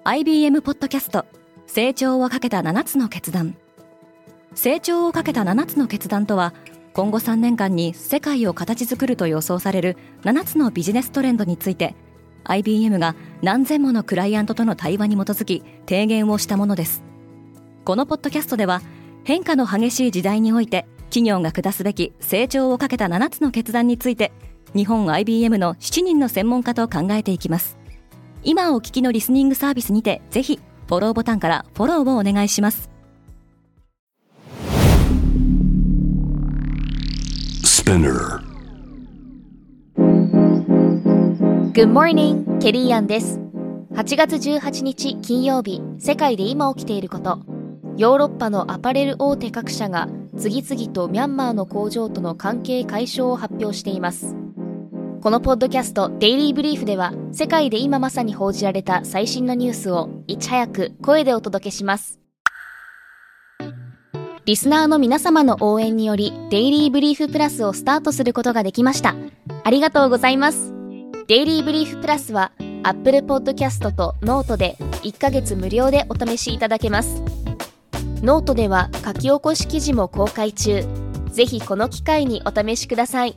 IBM ポッドキャスト成長をかけた7つの決断。成長をかけた7つの決断とは、今後3年間に世界を形作ると予想される7つのビジネストレンドについて IBM が何千ものクライアントとの対話に基づき提言をしたものです。このポッドキャストでは、変化の激しい時代において企業が下すべき成長をかけた7つの決断について、日本 IBM の7人の専門家と考えていきます。今お聞きのリスニングサービスにて、ぜひフォローボタンからフォローをお願いします。 Good morning, ケリーアンです。8月18日金曜日、世界で今起きていること。ヨーロッパのアパレル大手各社が次々とミャンマーの工場との関係解消を発表しています。このポッドキャストデイリーブリーフでは、世界で今まさに報じられた最新のニュースをいち早く声でお届けします。リスナーの皆様の応援により、デイリーブリーフプラスをスタートすることができました。ありがとうございます。デイリーブリーフプラスは Apple Podcast と Note で1ヶ月無料でお試しいただけます。Note では書き起こし記事も公開中。ぜひこの機会にお試しください。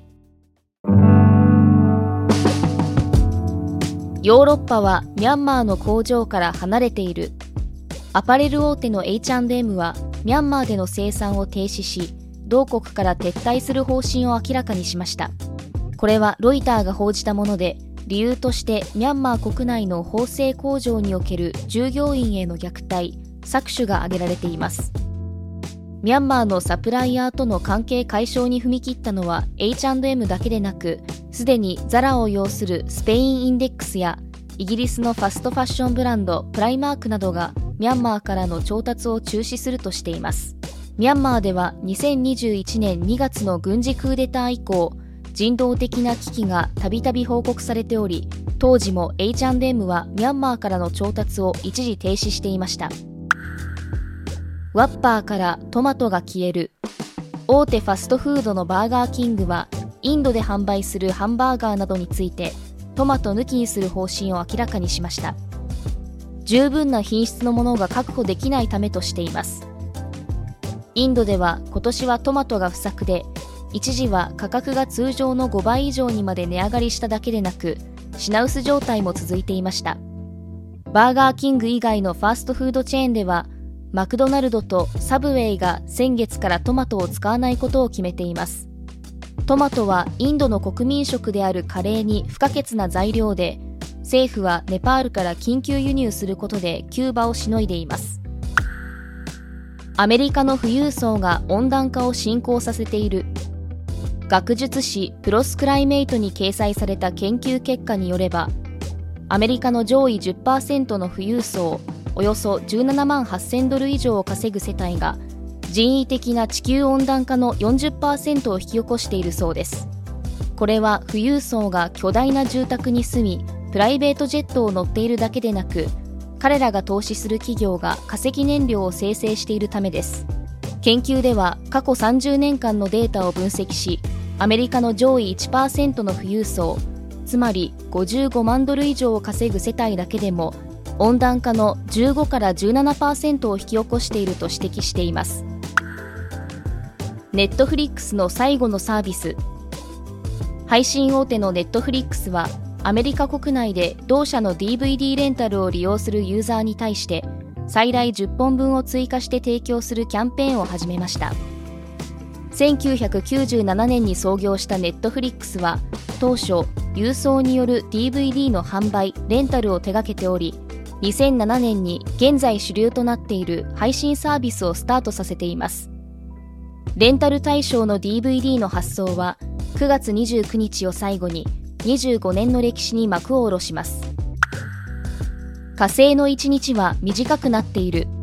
ヨーロッパはミャンマーの工場から離れている。アパレル大手の H&M はミャンマーでの生産を停止し、同国から撤退する方針を明らかにしました。これはロイターが報じたもので、理由としてミャンマー国内の縫製工場における従業員への虐待、搾取が挙げられています。ミャンマーのサプライヤーとの関係解消に踏み切ったのは H&M だけでなく、すでにザラを擁するスペインインデックスやイギリスのファストファッションブランドプライマークなどがミャンマーからの調達を中止するとしています。ミャンマーでは2021年2月の軍事クーデター以降、人道的な危機がたびたび報告されており、当時も H&M はミャンマーからの調達を一時停止していました。ワッパーからトマトが消える。大手ファストフードのバーガーキングは、インドで販売するハンバーガーなどについてトマト抜きにする方針を明らかにしました。十分な品質のものが確保できないためとしています。インドでは今年はトマトが不作で、一時は価格が通常の5倍以上にまで値上がりしただけでなく、品薄状態も続いていました。バーガーキング以外のファーストフードチェーンでは、マクドナルドとサブウェイが先月からトマトを使わないことを決めています。トマトはインドの国民食であるカレーに不可欠な材料で、政府はネパールから緊急輸入することで急場をしのいでいます。アメリカの富裕層が温暖化を進行させている。学術誌プロスクライメイトに掲載された研究結果によれば、アメリカの上位 10% の富裕層、およそ17万8000ドル以上を稼ぐ世帯が、人為的な地球温暖化の 40% を引き起こしているそうです。これは富裕層が巨大な住宅に住み、プライベートジェットを乗っているだけでなく、彼らが投資する企業が化石燃料を生成しているためです。研究では過去30年間のデータを分析し、アメリカの上位 1% の富裕層、つまり55万ドル以上を稼ぐ世帯だけでも、温暖化の15から 17% を引き起こしていると指摘しています。ネットフリックスの最後のサービス。配信大手のネットフリックスは、アメリカ国内で同社の DVD レンタルを利用するユーザーに対して、最大10本分を追加して提供するキャンペーンを始めました。1997年に創業したネットフリックスは、当初、郵送による DVD の販売・レンタルを手掛けており、2007年に現在主流となっている配信サービスをスタートさせています。レンタル対象の DVD の発送は9月29日を最後に25年の歴史に幕を下ろします。火星の1日は短くなっている。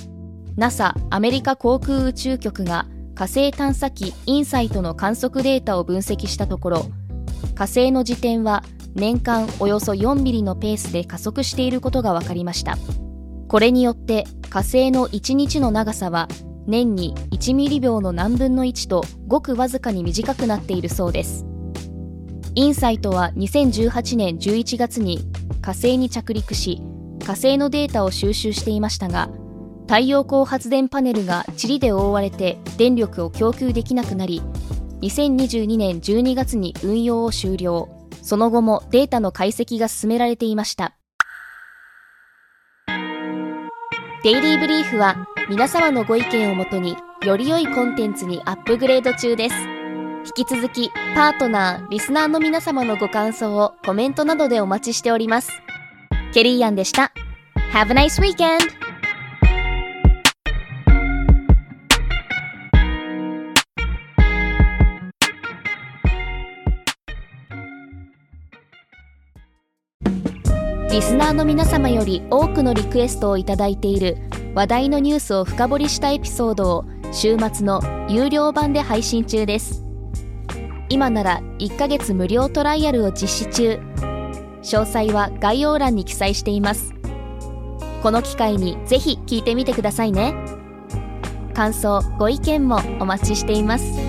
NASA アメリカ航空宇宙局が火星探査機インサイトの観測データを分析したところ、火星の自転は年間およそ4ミリのペースで加速していることが分かりました。これによって火星の1日の長さは年に1ミリ秒の何分の1とごくわずかに短くなっているそうです。インサイトは2018年11月に火星に着陸し、 火星のデータを収集していましたが、太陽光発電パネルが塵で覆われて電力を供給できなくなり、2022年12月に運用を終了。その後もデータの解析が進められていました。デイリーブリーフは皆様のご意見をもとにより良いコンテンツにアップグレード中です。引き続きパートナー、リスナーの皆様のご感想をコメントなどでお待ちしております。ケリーアンでした。Have a nice weekend! リスナーの皆様より多くのリクエストをいただいている話題のニュースを深掘りしたエピソードを週末の有料版で配信中です。今なら1ヶ月無料トライアルを実施中。詳細は概要欄に記載しています。この機会にぜひ聞いてみてくださいね。感想、ご意見もお待ちしています。